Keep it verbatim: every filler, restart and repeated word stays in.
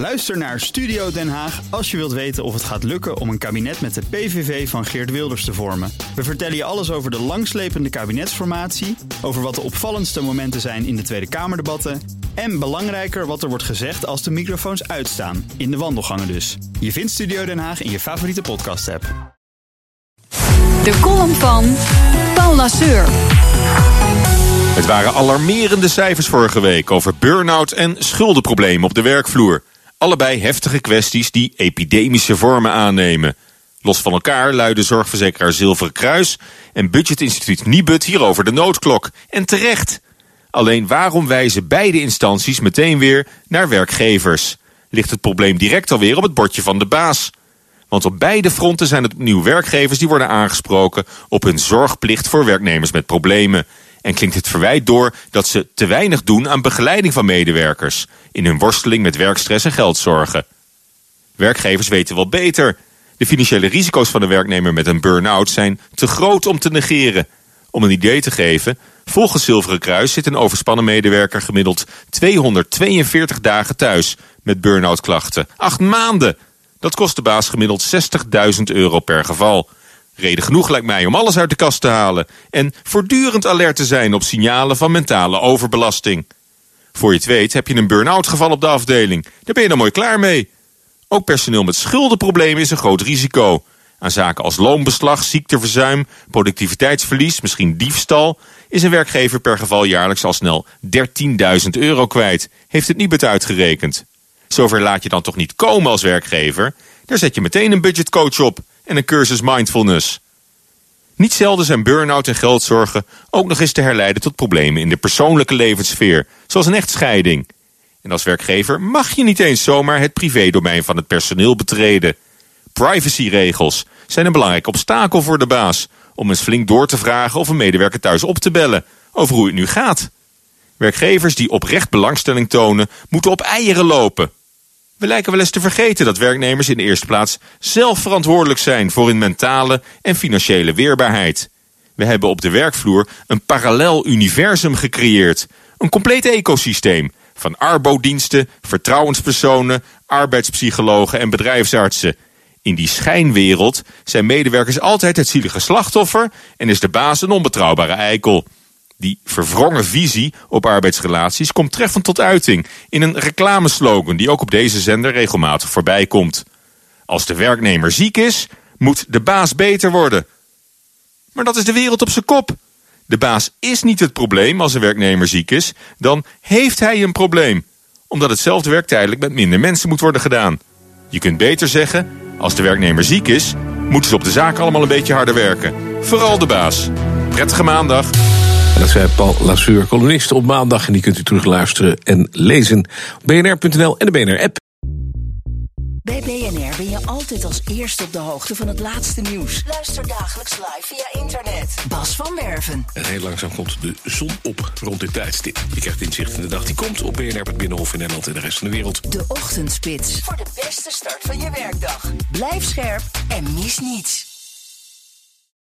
Luister naar Studio Den Haag als je wilt weten of het gaat lukken om een kabinet met de P V V van Geert Wilders te vormen. We vertellen je alles over de langslepende kabinetsformatie, over wat de opvallendste momenten zijn in de Tweede Kamerdebatten en belangrijker wat er wordt gezegd als de microfoons uitstaan, in de wandelgangen dus. Je vindt Studio Den Haag in je favoriete podcast-app. De column van Paul Lasseur. Het waren alarmerende cijfers vorige week over burn-out en schuldenproblemen op de werkvloer. Allebei heftige kwesties die epidemische vormen aannemen. Los van elkaar luiden zorgverzekeraar Zilveren Kruis en budgetinstituut Nibud hierover de noodklok. En terecht. Alleen waarom wijzen beide instanties meteen weer naar werkgevers? Ligt het probleem direct alweer op het bordje van de baas? Want op beide fronten zijn het opnieuw werkgevers die worden aangesproken op hun zorgplicht voor werknemers met problemen. En klinkt het verwijt door dat ze te weinig doen aan begeleiding van medewerkers in hun worsteling met werkstress en geldzorgen. Werkgevers weten wel beter. De financiële risico's van een werknemer met een burn-out zijn te groot om te negeren. Om een idee te geven, volgens Zilveren Kruis zit een overspannen medewerker gemiddeld tweehonderdtweeënveertig dagen thuis met burn-out klachten. Acht maanden! Dat kost de baas gemiddeld zestigduizend euro per geval. Reden genoeg lijkt mij om alles uit de kast te halen en voortdurend alert te zijn op signalen van mentale overbelasting. Voor je het weet heb je een burn-out geval op de afdeling. Daar ben je dan mooi klaar mee. Ook personeel met schuldenproblemen is een groot risico. Aan zaken als loonbeslag, ziekteverzuim, productiviteitsverlies, misschien diefstal, is een werkgever per geval jaarlijks al snel dertienduizend euro kwijt. Heeft het Nibud uitgerekend. Zover laat je dan toch niet komen als werkgever? Daar zet je meteen een budgetcoach op en een cursus mindfulness. Niet zelden zijn burn-out en geldzorgen ook nog eens te herleiden tot problemen in de persoonlijke levenssfeer, zoals een echtscheiding. En als werkgever mag je niet eens zomaar het privédomein van het personeel betreden. Privacyregels zijn een belangrijk obstakel voor de baas om eens flink door te vragen of een medewerker thuis op te bellen over hoe het nu gaat. Werkgevers die oprecht belangstelling tonen, moeten op eieren lopen. We lijken wel eens te vergeten dat werknemers in de eerste plaats zelf verantwoordelijk zijn voor hun mentale en financiële weerbaarheid. We hebben op de werkvloer een parallel universum gecreëerd. Een compleet ecosysteem van arbodiensten, vertrouwenspersonen, arbeidspsychologen en bedrijfsartsen. In die schijnwereld zijn medewerkers altijd het zielige slachtoffer en is de baas een onbetrouwbare eikel. Die verwrongen visie op arbeidsrelaties komt treffend tot uiting in een reclameslogan die ook op deze zender regelmatig voorbij komt. Als de werknemer ziek is, moet de baas beter worden. Maar dat is de wereld op zijn kop. De baas is niet het probleem als een werknemer ziek is, dan heeft hij een probleem. Omdat hetzelfde werk tijdelijk met minder mensen moet worden gedaan. Je kunt beter zeggen, als de werknemer ziek is, moeten ze op de zaak allemaal een beetje harder werken. Vooral de baas. Prettige maandag. En dat zei Paul Lasseur, columnist op maandag. En die kunt u terugluisteren en lezen op b n r punt n l en de B N R-app. Bij B N R ben je altijd als eerste op de hoogte van het laatste nieuws. Luister dagelijks live via internet. Bas van Werven. En heel langzaam komt de zon op rond dit tijdstip. Je krijgt inzicht in de dag die komt op B N R, het Binnenhof in Nederland en de rest van de wereld. De Ochtendspits. Voor de beste start van je werkdag. Blijf scherp en mis niets.